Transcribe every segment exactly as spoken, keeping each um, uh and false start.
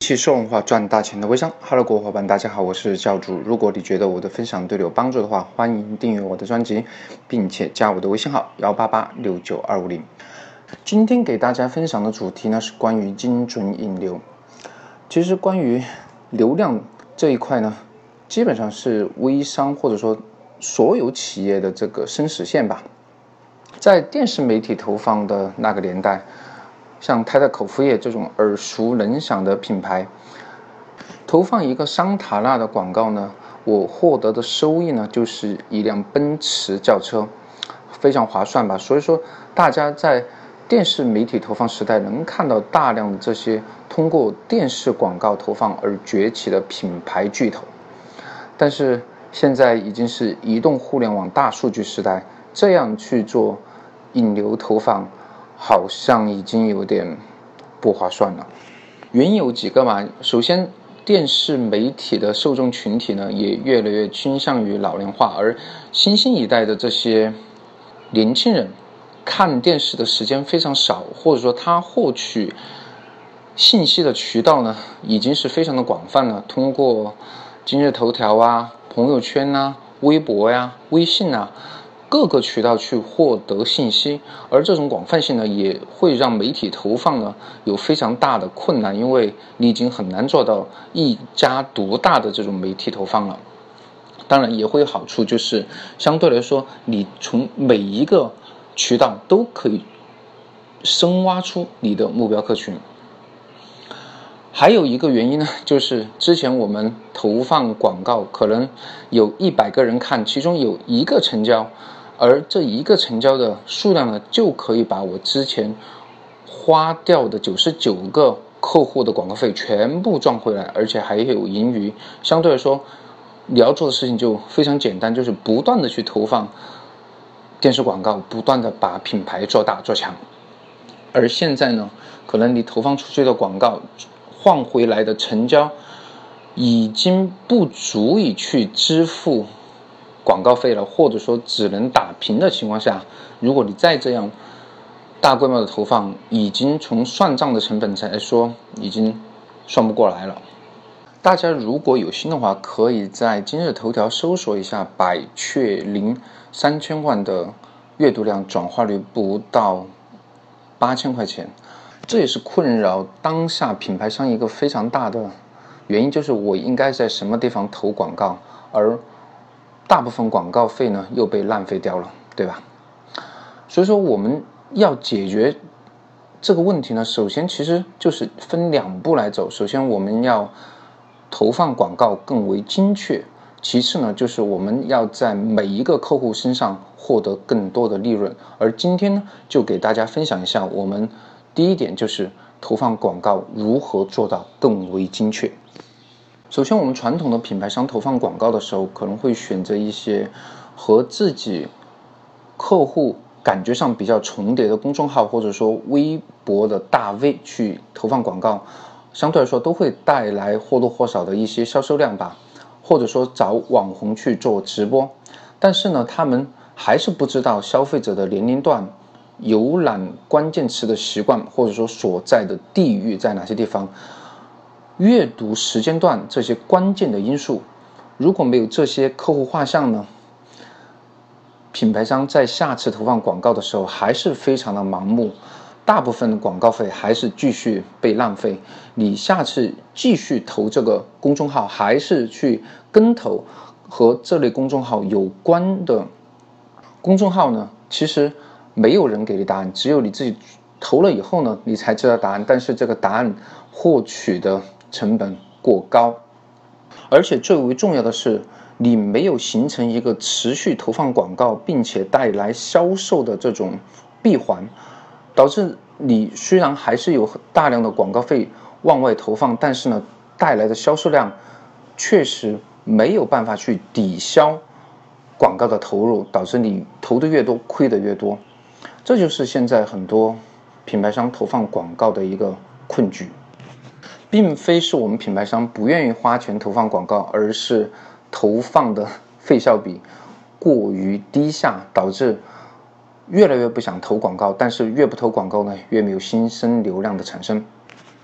汽售文化赚大钱的微商 ，Hello， 各位伙伴，大家好，我是教主。如果你觉得我的分享对你有帮助的话，欢迎订阅我的专辑，并且加我的微信号幺八八六九二五零。今天给大家分享的主题呢是关于精准引流。其实关于流量这一块呢，基本上是微商或者说所有企业的这个生死线吧。在电视媒体投放的那个年代，像泰达口服液这种耳熟能详的品牌，投放一个桑塔纳的广告呢，我获得的收益呢就是一辆奔驰轿车，非常划算吧。所以说大家在电视媒体投放时代能看到大量的这些通过电视广告投放而崛起的品牌巨头。但是现在已经是移动互联网大数据时代，这样去做引流投放好像已经有点不划算了。原因有几个嘛，首先电视媒体的受众群体呢也越来越倾向于老龄化，而新兴一代的这些年轻人看电视的时间非常少，或者说他获取信息的渠道呢已经是非常的广泛了，通过今日头条啊、朋友圈啊、微博呀、啊、微信啊各个渠道去获得信息，而这种广泛性呢，也会让媒体投放呢有非常大的困难，因为你已经很难做到一家独大的这种媒体投放了。当然也会有好处，就是相对来说，你从每一个渠道都可以深挖出你的目标客群。还有一个原因呢，就是之前我们投放广告，可能有一百个人看，其中有一个成交。而这一个成交的数量呢，就可以把我之前花掉的九十九个客户的广告费全部赚回来，而且还有盈余。相对来说，你要做的事情就非常简单，就是不断的去投放电视广告，不断的把品牌做大做强。而现在呢，可能你投放出去的广告换回来的成交已经不足以去支付广告费了，或者说只能打平的情况下，如果你再这样大规模的投放，已经从算账的成本来说已经算不过来了。大家如果有心的话，可以在今日头条搜索一下百雀羚三千万的阅读量，转化率不到八千块钱。这也是困扰当下品牌商一个非常大的原因，就是我应该在什么地方投广告，而大部分广告费呢又被浪费掉了，对吧？所以说我们要解决这个问题呢，首先其实就是分两步来走。首先我们要投放广告更为精确，其次呢就是我们要在每一个客户身上获得更多的利润。而今天呢，就给大家分享一下我们第一点，就是投放广告如何做到更为精确。首先我们传统的品牌商投放广告的时候，可能会选择一些和自己客户感觉上比较重叠的公众号，或者说微博的大 V 去投放广告，相对来说都会带来或多或少的一些销售量吧，或者说找网红去做直播。但是呢，他们还是不知道消费者的年龄段、浏览关键词的习惯，或者说所在的地域在哪些地方，阅读时间段这些关键的因素。如果没有这些客户画像呢，品牌商在下次投放广告的时候还是非常的盲目，大部分的广告费还是继续被浪费。你下次继续投这个公众号，还是去跟投和这类公众号有关的公众号呢，其实没有人给你答案，只有你自己投了以后呢，你才知道答案。但是这个答案获取的成本过高，而且最为重要的是，你没有形成一个持续投放广告并且带来销售的这种闭环，导致你虽然还是有大量的广告费往外投放，但是呢，带来的销售量确实没有办法去抵消广告的投入，导致你投的越多，亏的越多。这就是现在很多品牌商投放广告的一个困局。并非是我们品牌商不愿意花钱投放广告，而是投放的费效比过于低下，导致越来越不想投广告，但是越不投广告呢，越没有新生流量的产生。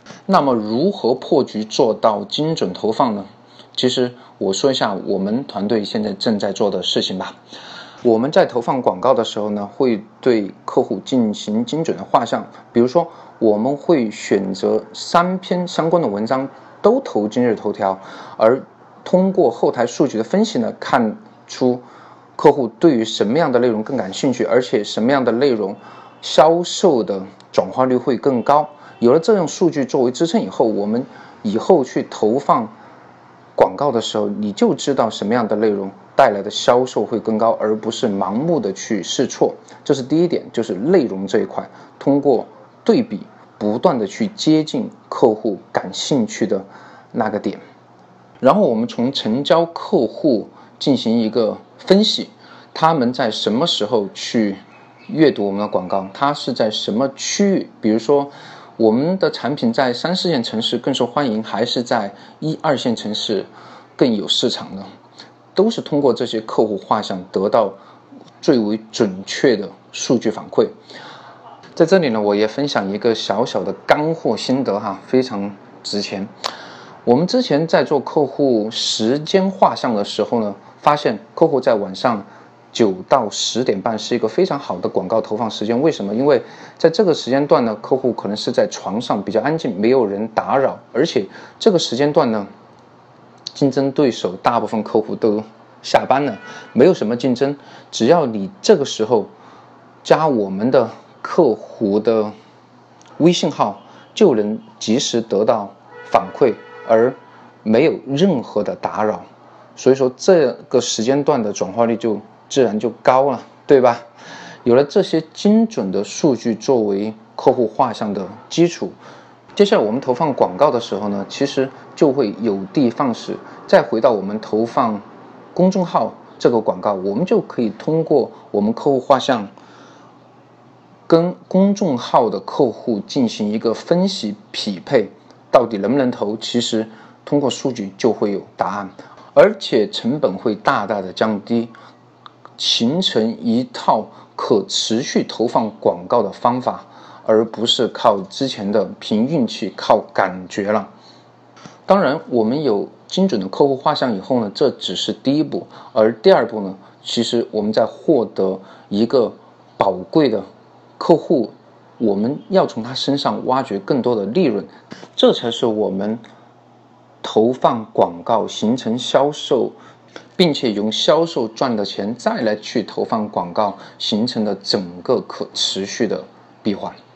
那么如何破局做到精准投放呢？其实我说一下我们团队现在正在做的事情吧。我们在投放广告的时候呢，会对客户进行精准的画像，比如说我们会选择三篇相关的文章都投今日头条，而通过后台数据的分析呢，看出客户对于什么样的内容更感兴趣，而且什么样的内容销售的转化率会更高。有了这种数据作为支撑以后，我们以后去投放广告的时候，你就知道什么样的内容带来的销售会更高，而不是盲目的去试错。这是第一点，就是内容这一块，通过对比不断的去接近客户感兴趣的那个点。然后我们从成交客户进行一个分析，他们在什么时候去阅读我们的广告，他是在什么区域，比如说我们的产品在三四线城市更受欢迎，还是在一二线城市更有市场呢？都是通过这些客户画像得到最为准确的数据反馈。在这里呢，我也分享一个小小的干货心得哈，非常值钱。我们之前在做客户时间画像的时候呢，发现客户在晚上九到十点半是一个非常好的广告投放时间。为什么？因为在这个时间段呢，客户可能是在床上比较安静，没有人打扰，而且这个时间段呢，竞争对手大部分客户都下班了，没有什么竞争。只要你这个时候加我们的客户的微信号，就能及时得到反馈，而没有任何的打扰。所以说这个时间段的转化率就自然就高了，对吧？有了这些精准的数据作为客户画像的基础，接下来我们投放广告的时候呢，其实就会有的放矢。再回到我们投放公众号这个广告，我们就可以通过我们客户画像跟公众号的客户进行一个分析匹配，到底能不能投，其实通过数据就会有答案，而且成本会大大的降低，形成一套可持续投放广告的方法，而不是靠之前的凭运气靠感觉了。当然我们有精准的客户画像以后呢，这只是第一步，而第二步呢，其实我们在获得一个宝贵的客户，我们要从他身上挖掘更多的利润，这才是我们投放广告形成销售，并且用销售赚的钱再来去投放广告形成的整个可持续的闭环。